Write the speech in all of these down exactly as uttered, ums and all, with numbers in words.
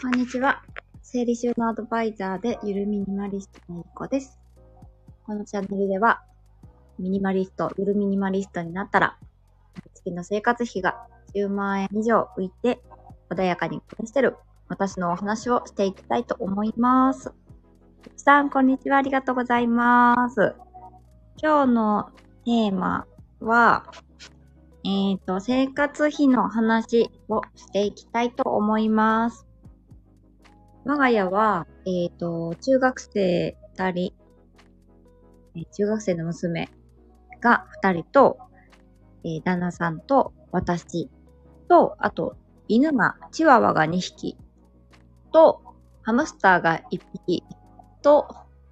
こんにちは。整理収納アドバイザーでゆるミニマリストのゆっこです。このチャンネルでは、ミニマリスト、ゆるミニマリストになったら、毎月の生活費がじゅうまんえん以上浮いて、穏やかに暮らしてる私のお話をしていきたいと思います。ゆきさん、こんにちは。ありがとうございます。今日のテーマは、えっと、生活費の話をしていきたいと思います。我が家は、えっと、中学生二人、中学生の娘が二人と、えー、旦那さんと私と、あと、犬が、チワワがにひきと、ハムスターがいっぴきと、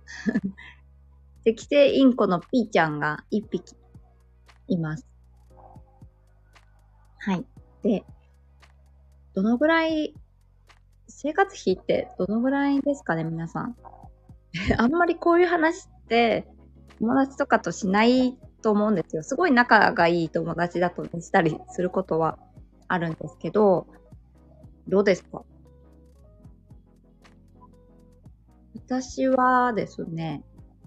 赤星インコのピーちゃんがいっぴきいます。はい。で、どのぐらい、生活費ってどのぐらいですかね、皆さん。あんまりこういう話って、友達とかとしないと思うんですよ。すごい仲がいい友達だとしたりすることはあるんですけど、どうですか？私はですね、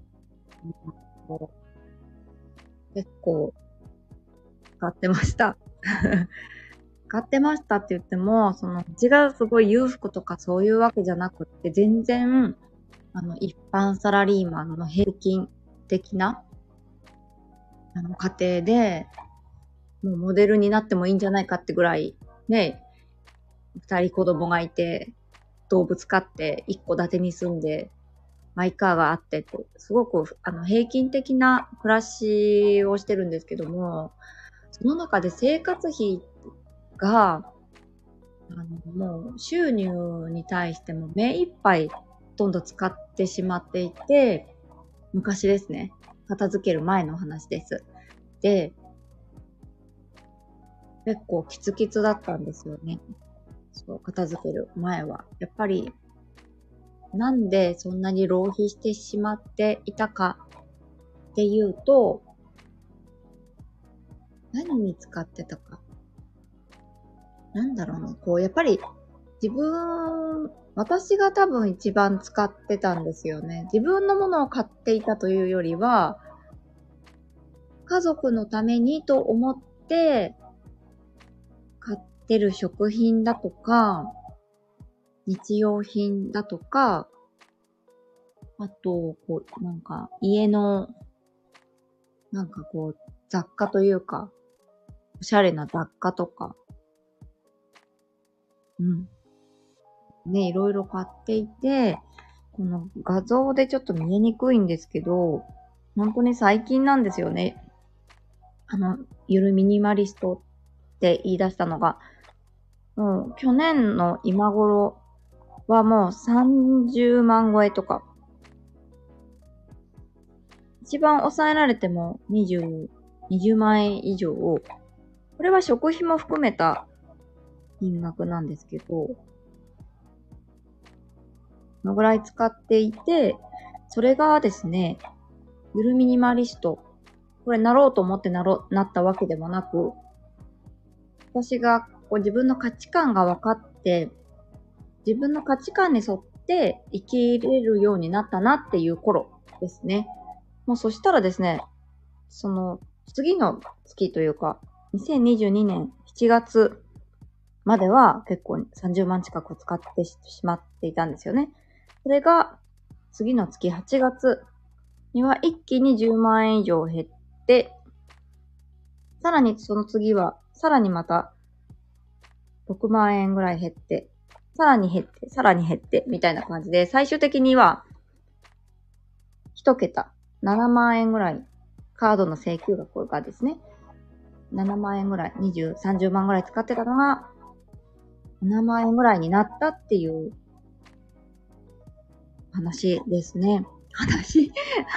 結構使ってました。使ってましたって言っても、その、うちがすごい裕福とかそういうわけじゃなくって、全然、あの、一般サラリーマンの平均的な、あの、家庭で、もうモデルになってもいいんじゃないかってぐらい、ね、二人子供がいて、動物飼って、一戸建てに住んで、マイカーがあってって、すごく、あの、平均的な暮らしをしてるんですけども、その中で生活費が、あの、もう収入に対しても目いっぱいほとんど使ってしまっていて、昔ですね。片付ける前の話です。で、結構キツキツだったんですよね。そう、片付ける前は。やっぱり、なんでそんなに浪費してしまっていたかっていうと、何に使ってたか。なんだろうな、こう、やっぱり自分、私が多分一番使ってたんですよね。自分のものを買っていたというよりは、家族のためにと思って買ってる食品だとか、日用品だとか、あと、こう、なんか、家の、なんかこう、雑貨というか、おしゃれな雑貨とか、うん。ね、いろいろ買っていて、この画像でちょっと見えにくいんですけど、本当に最近なんですよね。あの、ゆるミニマリストって言い出したのが、もう去年の今頃はもうさんじゅうまん超えとか、一番抑えられてもにじゅう、にじゅうまん円以上を、これは食費も含めた金額なんですけど、このぐらい使っていて、それがですね、ゆるミニマリスト、これなろうと思ってなろ、なったわけでもなく、私がこう自分の価値観が分かって、自分の価値観に沿って生きれるようになったなっていう頃ですね。もうそしたらですね、その次の月というか、にせんにじゅうにねんしちがつまでは結構さんじゅうまん近く使ってしまっていたんですよね。それが次の月はちがつには一気にじゅうまん円以上減って、さらにその次はさらにまたろくまん円ぐらい減って、さらに減って、さらに減って、みたいな感じで、最終的には、一桁、ななまん円ぐらい、カードの請求額がですね、ななまん円ぐらい、にじゅう、さんじゅうまんぐらい使ってたのが、ななまん円ぐらいになったっていう話ですね。話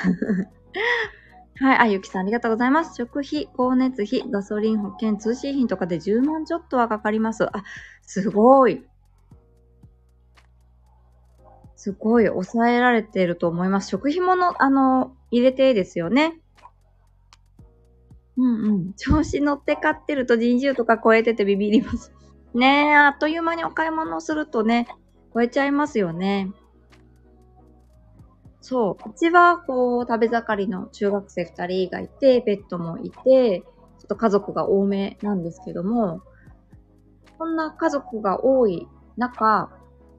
はい、あ、ゆきさんありがとうございます。食費、光熱費、ガソリン、保険、通信費とかでじゅうまんちょっとはかかります。あ、すごい。すごい抑えられていると思います。食費もの、あの、入れてですよね。うんうん。調子乗って買ってると人じゅうとか超えててビビります。ねえ、あっという間にお買い物をするとね、 超えちゃいますよね。そう。うちは、こう、食べ盛りの中学生二人がいて、ペットもいて、ちょっと家族が多めなんですけども、こんな家族が多い中、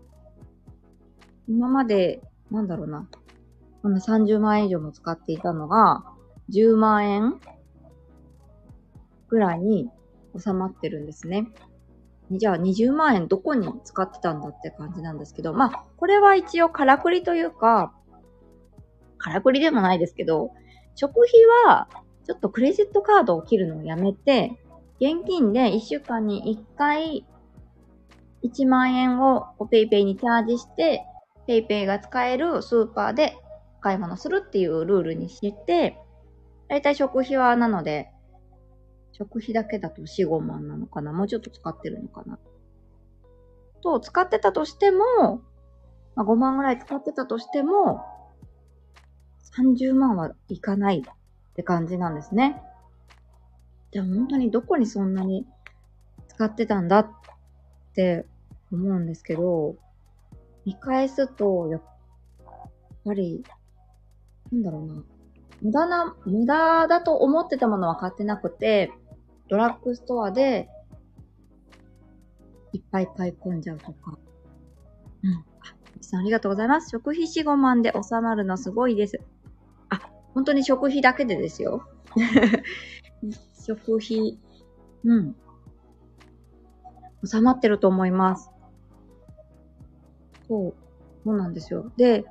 今まで、なんだろうな、こんなさんじゅうまん円以上も使っていたのが、じゅうまんえんぐらいに収まってるんですね。じゃあにじゅうまんえんどこに使ってたんだって感じなんですけど、まあ、これは一応からくりというか、からくりでもないですけど、食費はちょっとクレジットカードを切るのをやめて、現金でいっしゅうかんにいっかいいちまん円を PayPay にチャージして、PayPay が使えるスーパーで買い物するっていうルールにして、だいたい食費はなので、食費だけだとよん、ごまんなのかな、もうちょっと使ってるのかなと、使ってたとしても、まあ、ごまんぐらい使ってたとしても、さんじゅうまんはいかないって感じなんですね。じゃあ本当にどこにそんなに使ってたんだって思うんですけど、見返すと、やっぱり、なんだろうな、無駄な、無駄だと思ってたものは買ってなくて、ドラッグストアでいっぱい買い込んじゃうとか。うん。あ、みきさんありがとうございます。食費よん、ごまんで収まるのすごいです。あ、本当に食費だけでですよ。食費、うん。収まってると思います。そう。そうなんですよ。で、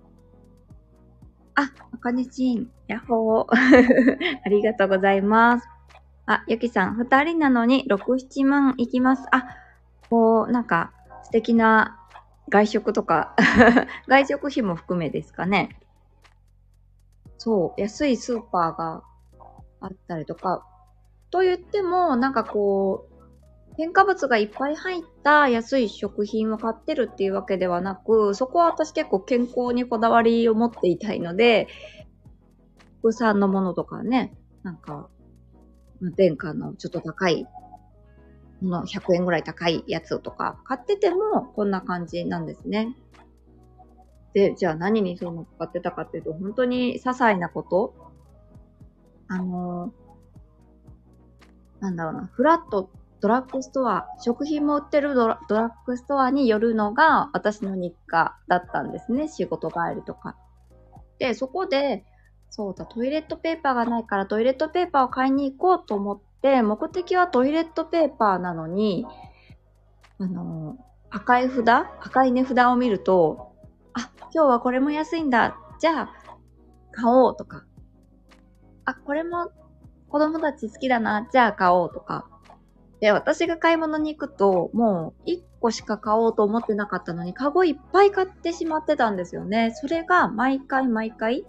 あ、あかねちん、やっほー。ありがとうございます。あ、ゆきさん、二人なのにろく、ななまんいきます。あ、こう、なんか、素敵な外食とか、外食費も含めですかね。そう、安いスーパーがあったりとか、と言っても、なんかこう、添加物がいっぱい入った安い食品を買ってるっていうわけではなく、そこは私結構健康にこだわりを持っていたいので、国産のものとかね、なんか、無添加のちょっと高いのひゃくえんぐらい高いやつとか買っててもこんな感じなんですね。で、じゃあ何にそういうの使ってたかっていうと、本当に些細なこと、あのー、なんだろうな、フラットドラッグストア、食品も売ってるドラドラッグストアに寄るのが私の日課だったんですね。仕事帰りとか。で、そこで、そうだ、トイレットペーパーがないからトイレットペーパーを買いに行こうと思って、目的はトイレットペーパーなのに、あの、赤い札赤い値札を見ると、あ、今日はこれも安いんだ。じゃあ、買おうとか。あ、これも子供たち好きだな。じゃあ買おうとか。で、私が買い物に行くと、もういっこしか買おうと思ってなかったのに、カゴいっぱい買ってしまってたんですよね。それが毎回毎回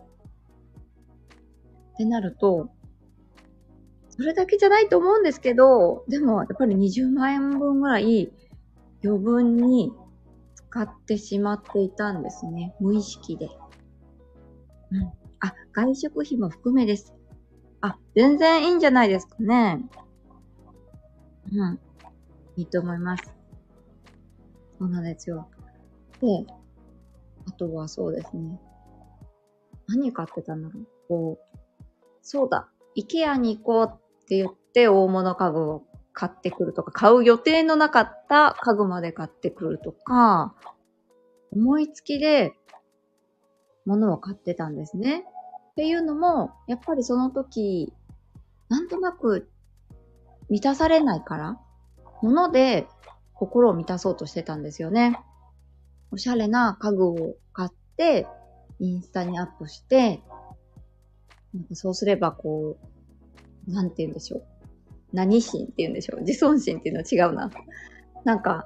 ってなると、それだけじゃないと思うんですけど、でもやっぱりにじゅうまん円分ぐらい余分に使ってしまっていたんですね。無意識で。うん。あ、外食費も含めです。あ、全然いいんじゃないですかね。うん。いいと思います。そうなんですよ。で、あとはそうですね。何買ってたんだろう。こう、そうだ。イケアに行こうって言って大物家具を買ってくるとか、買う予定のなかった家具まで買ってくるとか、思いつきで物を買ってたんですね。っていうのも、やっぱりその時、なんとなく満たされないから、物で心を満たそうとしてたんですよね。おしゃれな家具を買って、インスタにアップして、なんかそうすればこう、なんて言うんでしょう。何心って言うんでしょう。自尊心っていうのは違うな。なんか、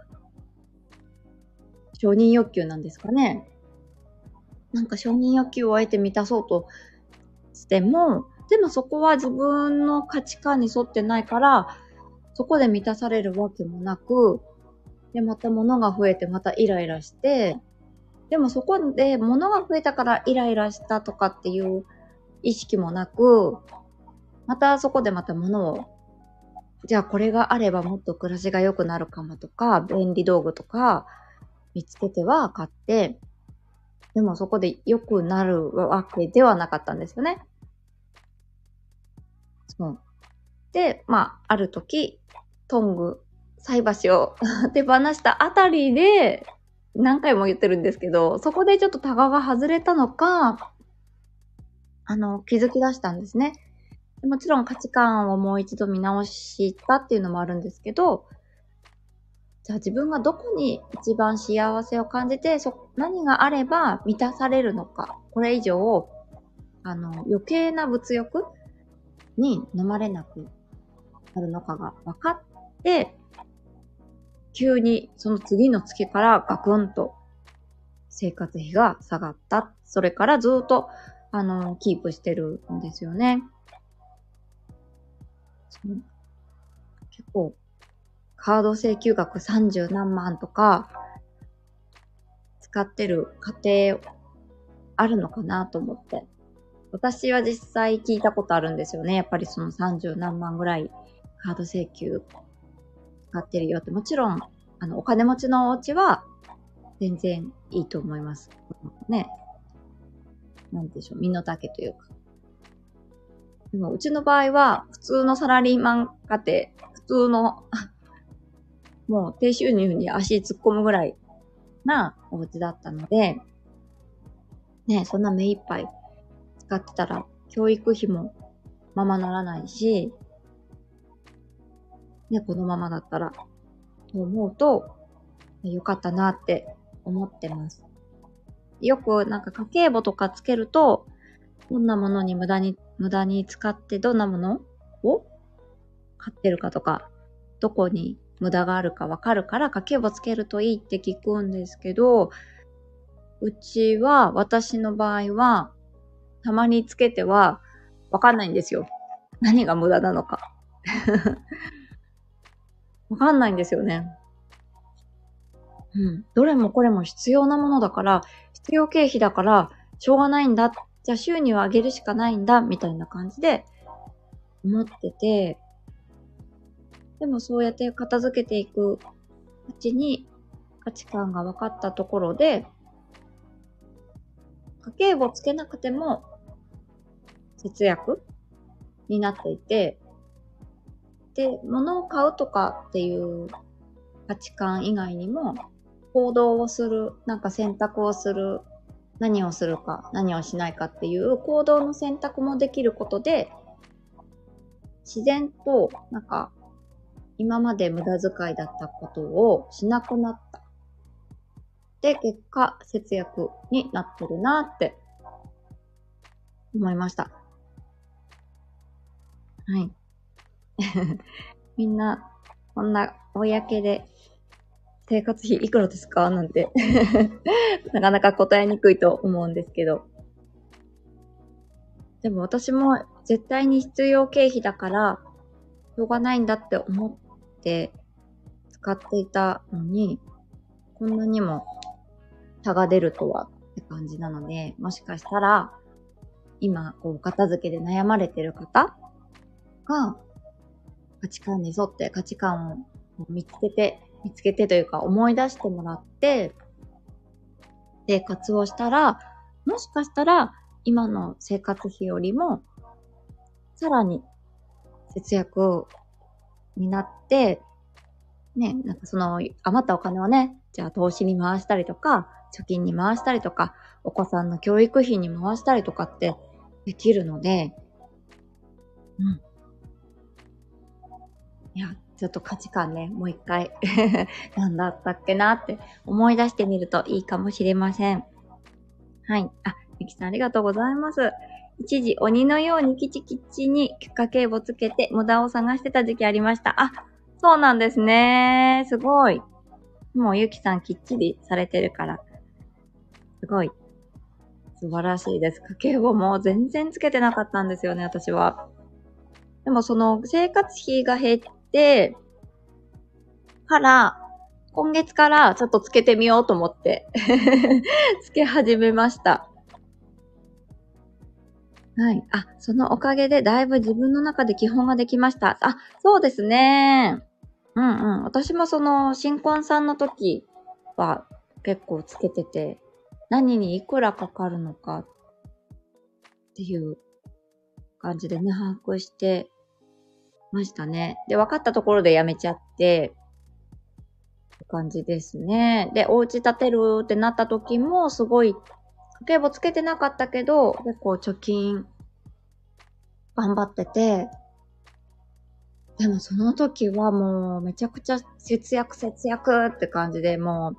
承認欲求なんですかね。なんか承認欲求を得て満たそうとしても、でもそこは自分の価値観に沿ってないから、そこで満たされるわけもなく、で、また物が増えてまたイライラして、でもそこで物が増えたからイライラしたとかっていう意識もなく、またそこでまた物を、じゃあこれがあればもっと暮らしが良くなるかもとか、便利道具とか、 見つけては買って、でもそこで良くなるわけではなかったんですよね。そう。で、まあ、ある時、トング、菜箸を手放したあたりで、何回も言ってるんですけど、そこでちょっとタガが外れたのか、あの、気づき出したんですね。もちろん価値観をもう一度見直したっていうのもあるんですけど、じゃあ自分がどこに一番幸せを感じて、そ、何があれば満たされるのか、これ以上、あの、余計な物欲に飲まれなくなるのかが分かって、急にその次の月からガクンと生活費が下がった。それからずっと、あの、キープしてるんですよね。結構、カード請求額さんじゅうなんまんとか、使ってる家庭あるのかなと思って。私は実際聞いたことあるんですよね。やっぱりそのさんじゅうなんまんぐらいカード請求使ってるよって。もちろん、あの、お金持ちのお家は全然いいと思います。ね。なんでしょう、身の丈というか。でも、うちの場合は、普通のサラリーマン家庭、普通の、もう低収入に足突っ込むぐらいなお家だったので、ね、そんな目いっぱい使ってたら、教育費もままならないし、ね、このままだったら、と思うと、よかったなって思ってます。よくなんか家計簿とかつけると、どんなものに無駄に、無駄に使ってどんなものを買ってるかとか、どこに無駄があるかわかるから家計簿つけるといいって聞くんですけど、うちは、私の場合は、たまにつけてはわかんないんですよ。何が無駄なのか。わかんないんですよね。うん。どれもこれも必要なものだから、必要経費だから、しょうがないんだ。じゃあ収入を上げるしかないんだ。みたいな感じで思ってて、でもそうやって片付けていくうちに価値観が分かったところで、家計簿つけなくても節約になっていて、で、物を買うとかっていう価値観以外にも、行動をする、なんか選択をする、何をするか、何をしないかっていう行動の選択もできることで、自然と、なんか、今まで無駄遣いだったことをしなくなった。で、結果、節約になってるなって思いました。はい。みんな、こんな、公で、生活費いくらですかなんてなかなか答えにくいと思うんですけど。でも私も絶対に必要経費だから、しょうがないんだって思って使っていたのに、こんなにも差が出るとはって感じなので、もしかしたら、今、こう、片付けで悩まれてる方が、価値観に沿って価値観を見つけて、見つけてというか思い出してもらって、生活をしたら、もしかしたら、今の生活費よりも、さらに節約になって、ね、なんかその余ったお金をね、じゃあ投資に回したりとか、貯金に回したりとか、お子さんの教育費に回したりとかってできるので、うん。いや、ちょっと価値観ね、もう一回何だったっけなって思い出してみるといいかもしれません。はい。あ、みきさんありがとうございます。一時鬼のようにキチキチに家計簿つけて無駄を探してた時期ありました。あ、そうなんですね。すごい。もうゆきさんきっちりされてるから。すごい。素晴らしいです。家計簿も全然つけてなかったんですよね、私は。でもその生活費が減って、から、今月からちょっとつけてみようと思ってつけ始めました。はい。あ、そのおかげでだいぶ自分の中で基本ができました。あ、そうですね。うんうん。私もその新婚さんの時は結構つけてて、何にいくらかかるのかっていう感じでね、把握してましたね。で、分かったところでやめちゃって、って感じですね。で、お家建てるってなった時も、すごい、家計簿つけてなかったけど、結構貯金、頑張ってて、でもその時はもうめちゃくちゃ節約節約って感じで、も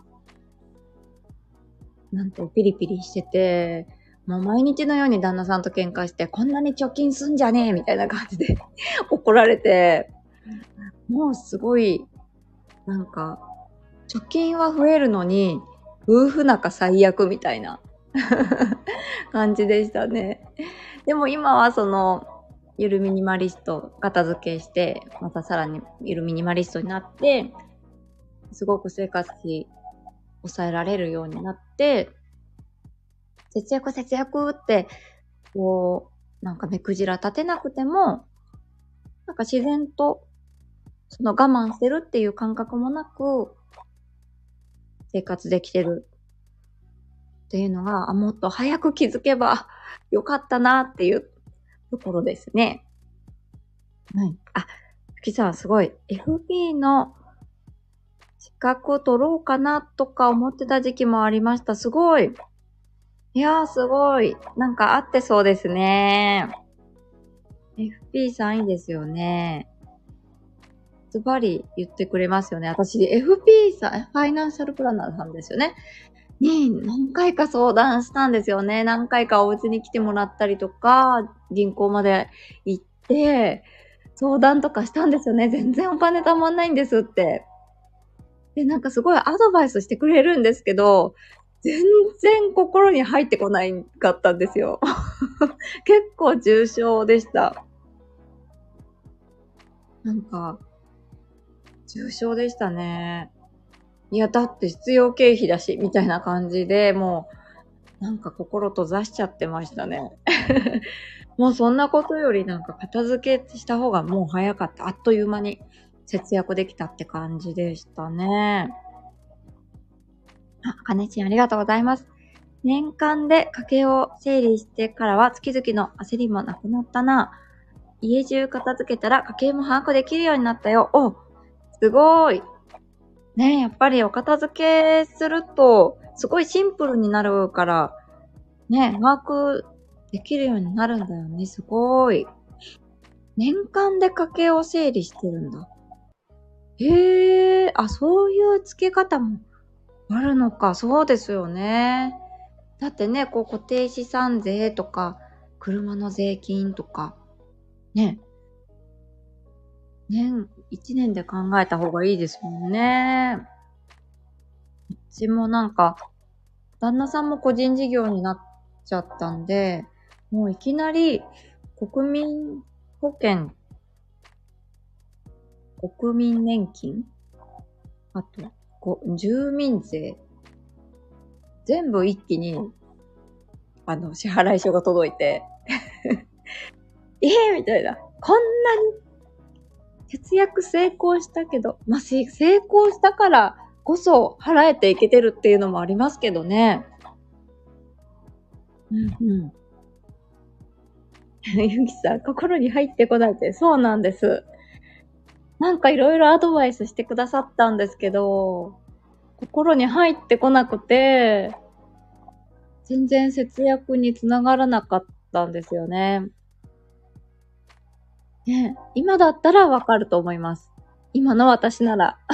う、なんてピリピリしてて、もう毎日のように旦那さんと喧嘩して、こんなに貯金すんじゃねえみたいな感じで怒られて、もうすごい、なんか、貯金は増えるのに、夫婦仲最悪みたいな感じでしたね。でも今はその、ゆるミニマリスト片付けして、またさらにゆるミニマリストになって、すごく生活費抑えられるようになって、節約節約って、こう、なんか目くじら立てなくても、なんか自然と、その我慢してるっていう感覚もなく、生活できてるっていうのが、あ、もっと早く気づけばよかったなっていうところですね。はい。あ、ふきさんすごい エフビー の資格を取ろうかなとか思ってた時期もありました。すごい。いやーすごい。なんか合ってそうですね。エフピー さんいいですよね。ズバリ言ってくれますよね。私 エフピー さん、ファイナンシャルプランナーさんですよね。に何回か相談したんですよね。何回かお家に来てもらったりとか、銀行まで行って、相談とかしたんですよね。全然お金貯まんないんですって。で、なんかすごいアドバイスしてくれるんですけど、全然心に入ってこないかったんですよ。結構重症でした。なんか、重症でしたね。いや、だって必要経費だし、みたいな感じで、もう、なんか心閉ざしちゃってましたね。もうそんなことよりなんか片付けした方がもう早かった。あっという間に節約できたって感じでしたね。あ、かねちんありがとうございます。年間で家計を整理してからは月々の焦りもなくなったな。家中片付けたら家計も把握できるようになったよ。お、すごい。ねえ、やっぱりお片付けすると、すごいシンプルになるから、ね、把握できるようになるんだよね。すごい。年間で家計を整理してるんだ。へえ、あ、そういう付け方もあるのか。そうですよね。だってね、こう固定資産税とか、車の税金とか、ね、年、一年で考えた方がいいですもんね。うちもなんか、旦那さんも個人事業になっちゃったんで、もういきなり国民保険、国民年金、あと、こ住民税、全部一気に、あの、支払い書が届いて、ええー、みたいな。こんなに節約成功したけど、まあ、成功したからこそ払えていけてるっていうのもありますけどね。うんうん。ゆきさん、心に入ってこないって、そうなんです。なんかいろいろアドバイスしてくださったんですけど、心に入ってこなくて、全然節約につながらなかったんですよね。ね、今だったらわかると思います。今の私なら。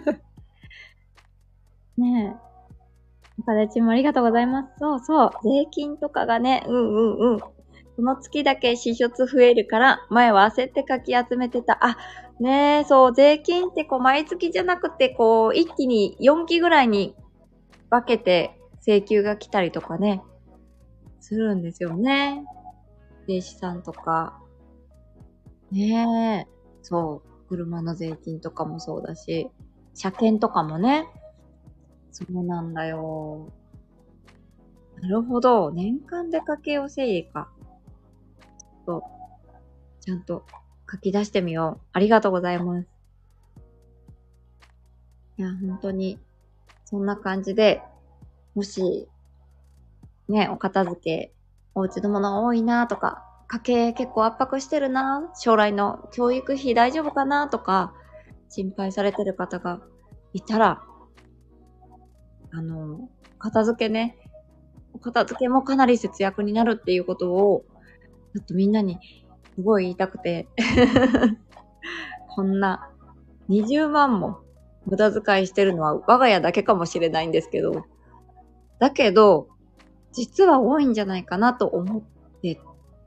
ねえ。カレッジもありがとうございます。そうそう。税金とかがね、うんうんうん。その月だけ支出増えるから、前は焦ってかき集めてた。あ、ねえ、そう、税金ってこう、毎月じゃなくて、こう、一気によんきぐらいに分けて請求が来たりとかね、するんですよね。税資産とか。ねえ。そう。車の税金とかもそうだし、車検とかもね。そうなんだよ。なるほど。年間で家計を整理か。ちょっと、ちゃんと書き出してみよう。ありがとうございます。いや、本当に、そんな感じで、 もし、ね、お片付け、お家のものが多いなとか、家計結構圧迫してるな、将来の教育費大丈夫かなとか、心配されてる方がいたら、あの、片付けね、お片付けもかなり節約になるっていうことを、ちょっとみんなにすごい言いたくて、こんなにじゅうまんも無駄遣いしてるのは我が家だけかもしれないんですけど、だけど、実は多いんじゃないかなと思って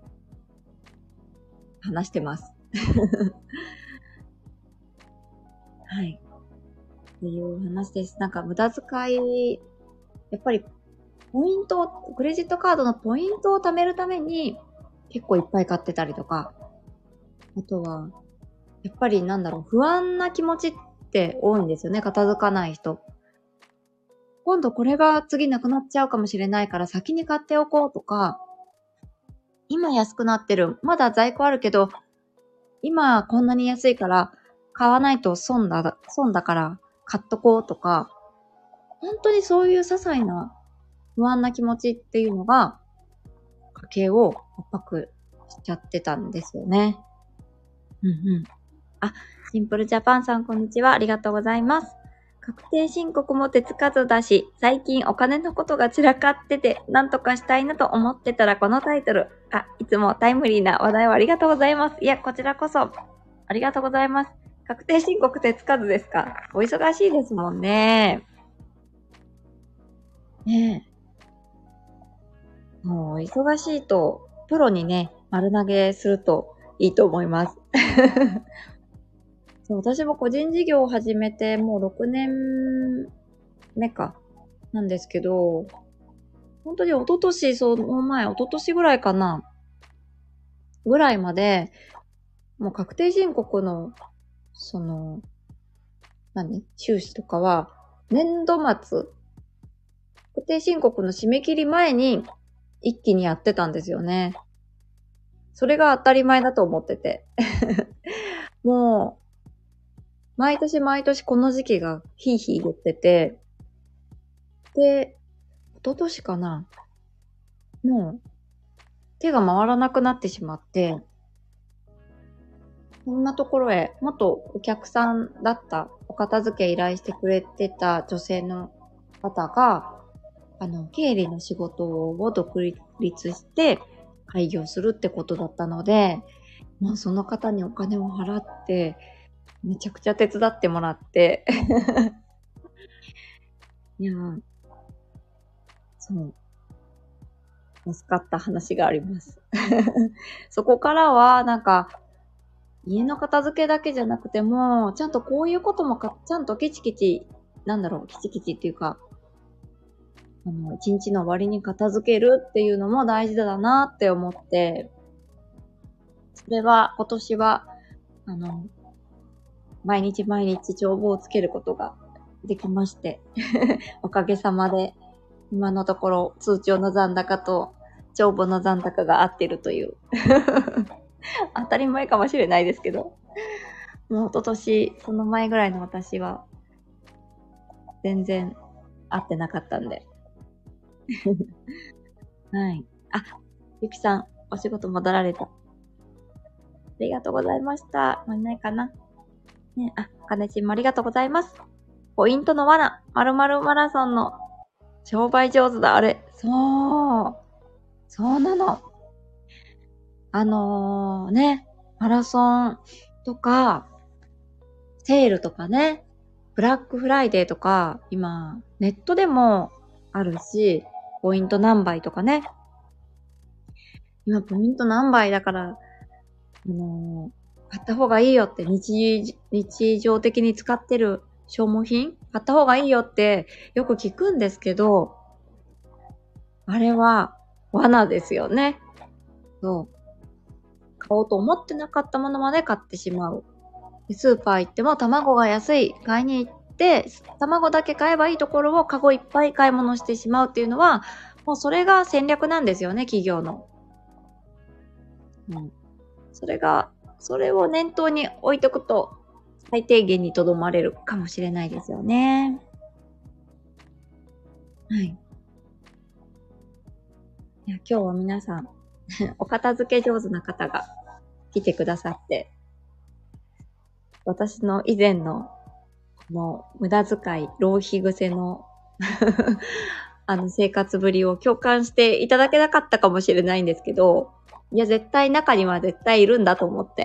話してます。はい。っていう話です。なんか無駄遣い、やっぱりポイントを、クレジットカードのポイントを貯めるために結構いっぱい買ってたりとか、あとは、やっぱりなんだろう、不安な気持ちって多いんですよね、片付かない人。今度これが次なくなっちゃうかもしれないから先に買っておこうとか、今安くなってる、まだ在庫あるけど、今こんなに安いから買わないと損だ、損だから買っとこうとか、本当にそういう些細な不安な気持ちっていうのが家計を圧迫しちゃってたんですよね。うんうん。あ、シンプルジャパンさんこんにちは。ありがとうございます。確定申告も手つかずだし、最近お金のことが散らかってて、なんとかしたいなと思ってたらこのタイトル。あ、いつもタイムリーな話題をありがとうございます。いや、こちらこそ。ありがとうございます。確定申告手つかずですか？お忙しいですもんね。ねえ。もう忙しいと、プロにね、丸投げするといいと思います。そう、私も個人事業を始めてもうろくねんめか、なんですけど、本当に一昨年、その前、一昨年ぐらいかな、ぐらいまで、もう確定申告の、その、何収支とかは、年度末、確定申告の締め切り前に一気にやってたんですよね。それが当たり前だと思ってて。もう、毎年毎年この時期がヒーヒー言ってて、で、一昨年かな、もう手が回らなくなってしまって、こんなところへ、元お客さんだったお片付け依頼してくれてた女性の方が、あの、経理の仕事を独立して開業するってことだったので、まあその方にお金を払って、めちゃくちゃ手伝ってもらって、いやー、そう、助かった話があります。そこからは、なんか、家の片付けだけじゃなくても、ちゃんとこういうこともか、ちゃんとキチキチ、なんだろう、キチキチっていうか、あの、一日の終わりに片付けるっていうのも大事だなって思って、それは今年は、あの、毎日毎日帳簿をつけることができまして、おかげさまで、今のところ通帳の残高と帳簿の残高が合ってるという。当たり前かもしれないですけど。もう一昨年、その前ぐらいの私は、全然合ってなかったんで。はい。あ、ゆきさん、お仕事戻られた。ありがとうございました。もういないかな。ね、あ、かねちんもありがとうございます。ポイントの罠、〇〇マラソンの商売上手だ、あれ。そう。そうなの。あのー、ね、マラソンとか、セールとかね、ブラックフライデーとか、今、ネットでもあるし、ポイント何倍とかね。今、ポイント何倍だから、あのー、買った方がいいよって日、日常的に使ってる消耗品買った方がいいよってよく聞くんですけど、あれは罠ですよね。そう。買おうと思ってなかったものまで買ってしまう。スーパー行っても卵が安い。買いに行って、卵だけ買えばいいところをカゴいっぱい買い物してしまうっていうのは、もうそれが戦略なんですよね、企業の。うん。それが、それを念頭に置いとくと、最低限にとどまれるかもしれないですよね。はい。 いや、今日は皆さん、お片付け上手な方が来てくださって、私の以前の、この無駄遣い、浪費癖のあの生活ぶりを共感していただけなかったかもしれないんですけど、いや、絶対中には絶対いるんだと思って。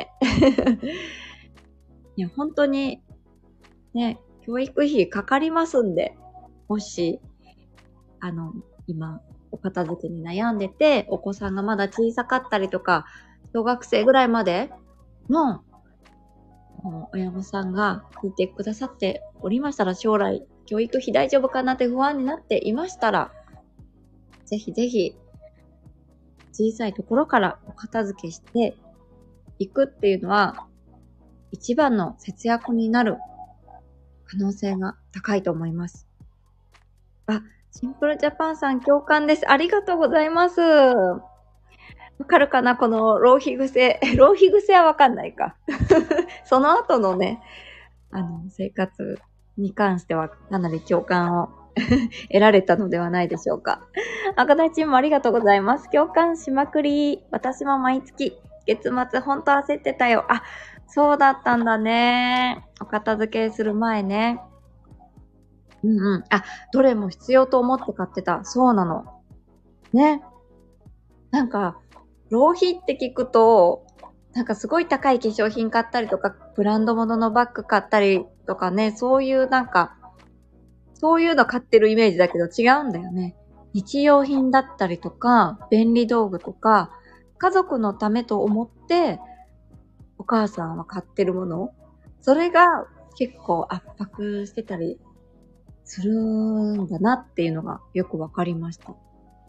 いや、本当に、ね、教育費かかりますんで、もし、あの、今、お片付けに悩んでて、お子さんがまだ小さかったりとか、小学生ぐらいまでの、親御さんが聞いてくださっておりましたら、将来、教育費大丈夫かなって不安になっていましたら、ぜひぜひ、小さいところからお片付けしていくっていうのは、一番の節約になる可能性が高いと思います。あ、シンプルジャパンさん共感です。ありがとうございます。わかるかなこの浪費癖。浪費癖はわかんないか。その後のね、あの、生活に関してはかなり共感を得られたのではないでしょうか。赤大チームありがとうございます。共感しまくり。私も毎月、月末ほんと焦ってたよ。あ、そうだったんだね。お片付けする前ね。うんうん。あ、どれも必要と思って買ってた。そうなの。ね。なんか、浪費って聞くと、なんかすごい高い化粧品買ったりとか、ブランド物のバッグ買ったりとかね、そういうなんか、そういうの買ってるイメージだけど違うんだよね。日用品だったりとか、便利道具とか、家族のためと思って、お母さんは買ってるもの、それが結構圧迫してたりするんだなっていうのがよくわかりました。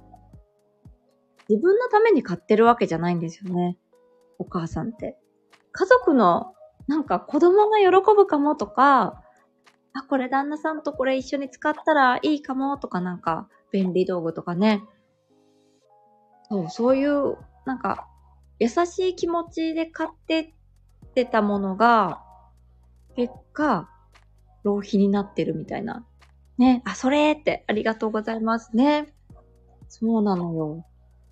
自分のために買ってるわけじゃないんですよね。お母さんって。家族の、なんか子供が喜ぶかもとか、あ、これ旦那さんとこれ一緒に使ったらいいかもとかなんか、便利道具とかね。そう、そういう、なんか、優しい気持ちで買ってってたものが、結果、浪費になってるみたいな。ね。あ、それってありがとうございますね。そうなのよ。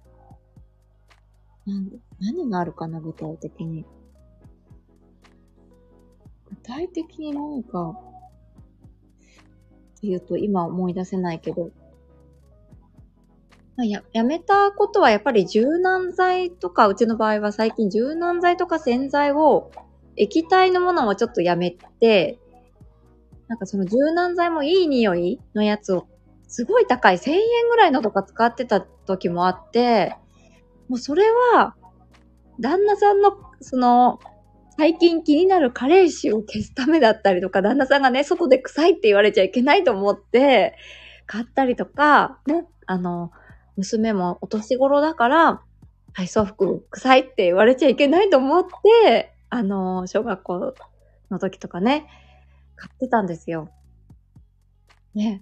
なんで、何があるかな、具体的に。具体的に何か、っていうと今思い出せないけど。まあ、や、やめたことはやっぱり柔軟剤とか、うちの場合は最近柔軟剤とか洗剤を、液体のものをちょっとやめて、なんかその柔軟剤もいい匂いのやつを、すごい高いせんえんぐらいのとか使ってた時もあって、もうそれは、旦那さんの、その、最近気になる加齢臭を消すためだったりとか、旦那さんがね、外で臭いって言われちゃいけないと思って、買ったりとか、ね、あの、娘もお年頃だから、体操服臭いって言われちゃいけないと思って、あの、小学校の時とかね、買ってたんですよ。ね。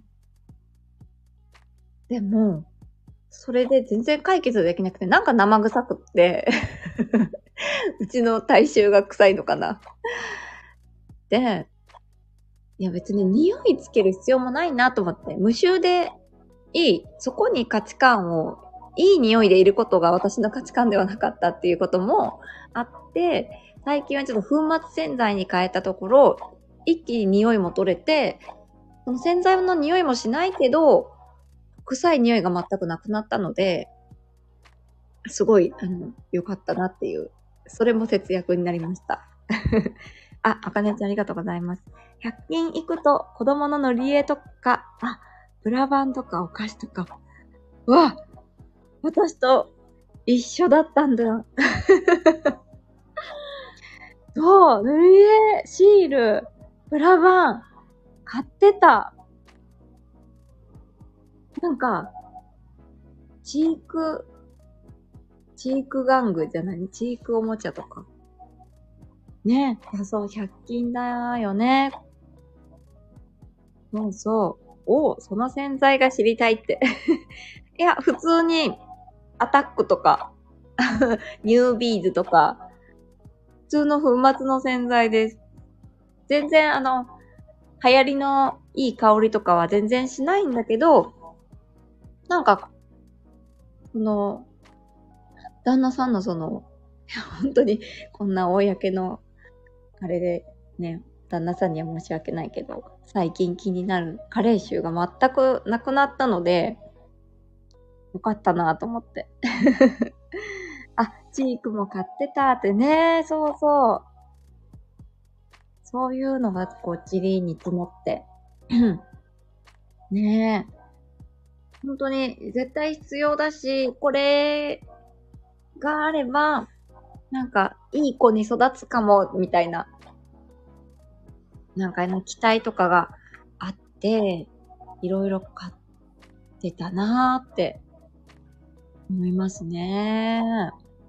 でも、それで全然解決できなくて、なんか生臭くってうちの体臭が臭いのかな。で、いや別に匂いつける必要もないなと思って、無臭でいい、そこに価値観を、いい匂いでいることが私の価値観ではなかったっていうこともあって、最近はちょっと粉末洗剤に変えたところ、一気に匂いも取れて、その洗剤の匂いもしないけど、臭い匂いが全くなくなったので、すごい、あの、良かったなっていう、それも節約になりました。あ、あかねちゃんありがとうございます。ひゃく均行くと子供の塗り絵とか、あ、プラバンとかお菓子とか、うわ、私と一緒だったんだ。そう、塗り絵、シール、プラバン、買ってた。なんか、チーク、チーク玩具じゃないチークおもちゃとか。ねえ、いやそう、ひゃく均だよね。そうそう。お、その洗剤が知りたいって。いや、普通に、アタックとか、ニュービーズとか、普通の粉末の洗剤です。全然あの、流行りのいい香りとかは全然しないんだけど、なんか、 その、旦那さんのその、本当にこんな公の、あれでね、旦那さんには申し訳ないけど、最近気になる加齢臭が全くなくなったので、よかったなと思って。あ、チークも買ってたってね、そうそう。そういうのがこう、チリに積もって。ねえ。本当に絶対必要だし、これがあれば、なんか、いい子に育つかも、みたいな、なんかね、期待とかがあって、いろいろ買ってたなーって思いますね。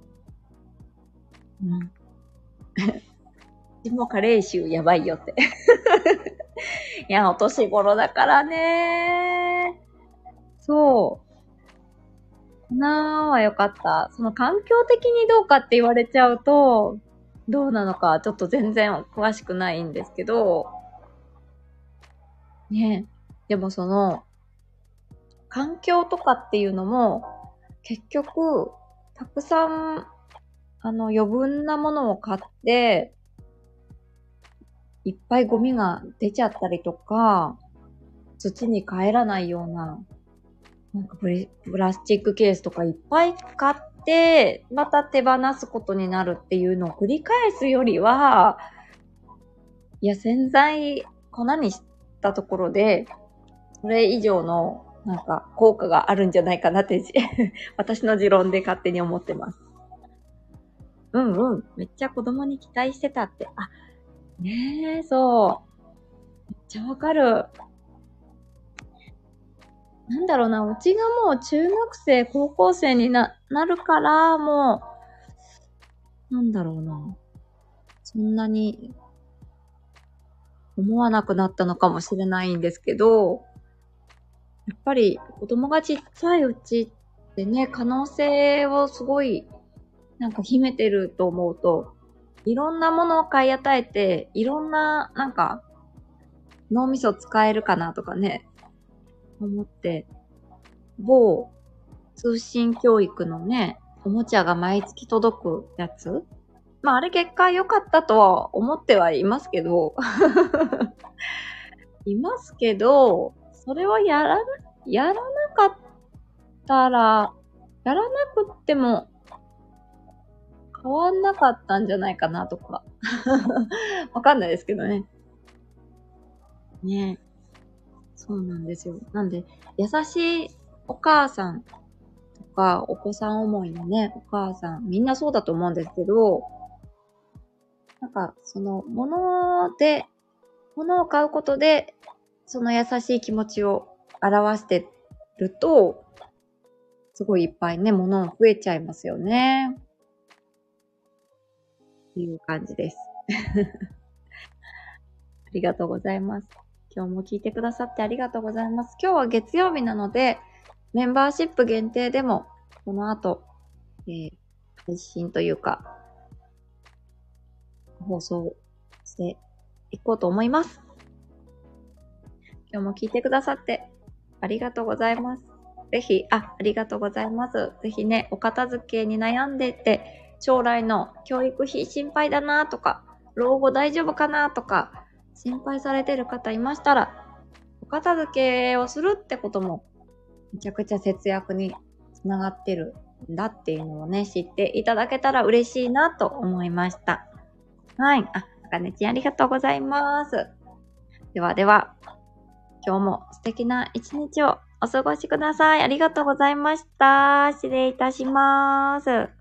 うん。でも加齢臭やばいよって。いや、お年頃だからねー。そう。なーはよかった。その環境的にどうかって言われちゃうと、どうなのかちょっと全然詳しくないんですけど、ね。でもその、環境とかっていうのも、結局、たくさん、あの、余分なものを買って、いっぱいゴミが出ちゃったりとか、土に帰らないような、なんかプリプラスチックケースとかいっぱい買って、また手放すことになるっていうのを繰り返すよりは、いや、洗剤粉にしたところで、それ以上の、なんか、効果があるんじゃないかなって、私の持論で勝手に思ってます。うんうん。めっちゃ子供に期待してたって。あ、ねえ、そう。めっちゃわかる。なんだろうな、うちがもう中学生、高校生にな、なるから、もう、なんだろうな。そんなに思わなくなったのかもしれないんですけど、やっぱり子供がちっちゃいうちってね、可能性をすごいなんか秘めてると思うと、いろんなものを買い与えて、いろんななんか脳みそ使えるかなとかね、思って、某通信教育のね、おもちゃが毎月届くやつ、まああれ結果良かったとは思ってはいますけど、いますけど、それをやらな、やらなかったら、やらなくっても変わんなかったんじゃないかなとか。わかんないですけどね。ねえ。そうなんですよ。なんで、優しいお母さんとか、お子さん思いのね、お母さん、みんなそうだと思うんですけど、なんか、その、物で、物を買うことで、その優しい気持ちを表してると、すごいいっぱいね、物が増えちゃいますよね。っていう感じです。ありがとうございます。今日も聞いてくださってありがとうございます。今日は月曜日なので、メンバーシップ限定でも、この後、えー、配信というか、放送していこうと思います。今日も聞いてくださってありがとうございます。ぜひ、あ、ありがとうございます。ぜひね、お片付けに悩んでて、将来の教育費心配だなとか、老後大丈夫かなとか、心配されてる方いましたら、お片付けをするってことも、めちゃくちゃ節約につながってるんだっていうのをね、知っていただけたら嬉しいなと思いました。はい。あ、あかねちんありがとうございます。ではでは、今日も素敵な一日をお過ごしください。ありがとうございました。失礼いたします。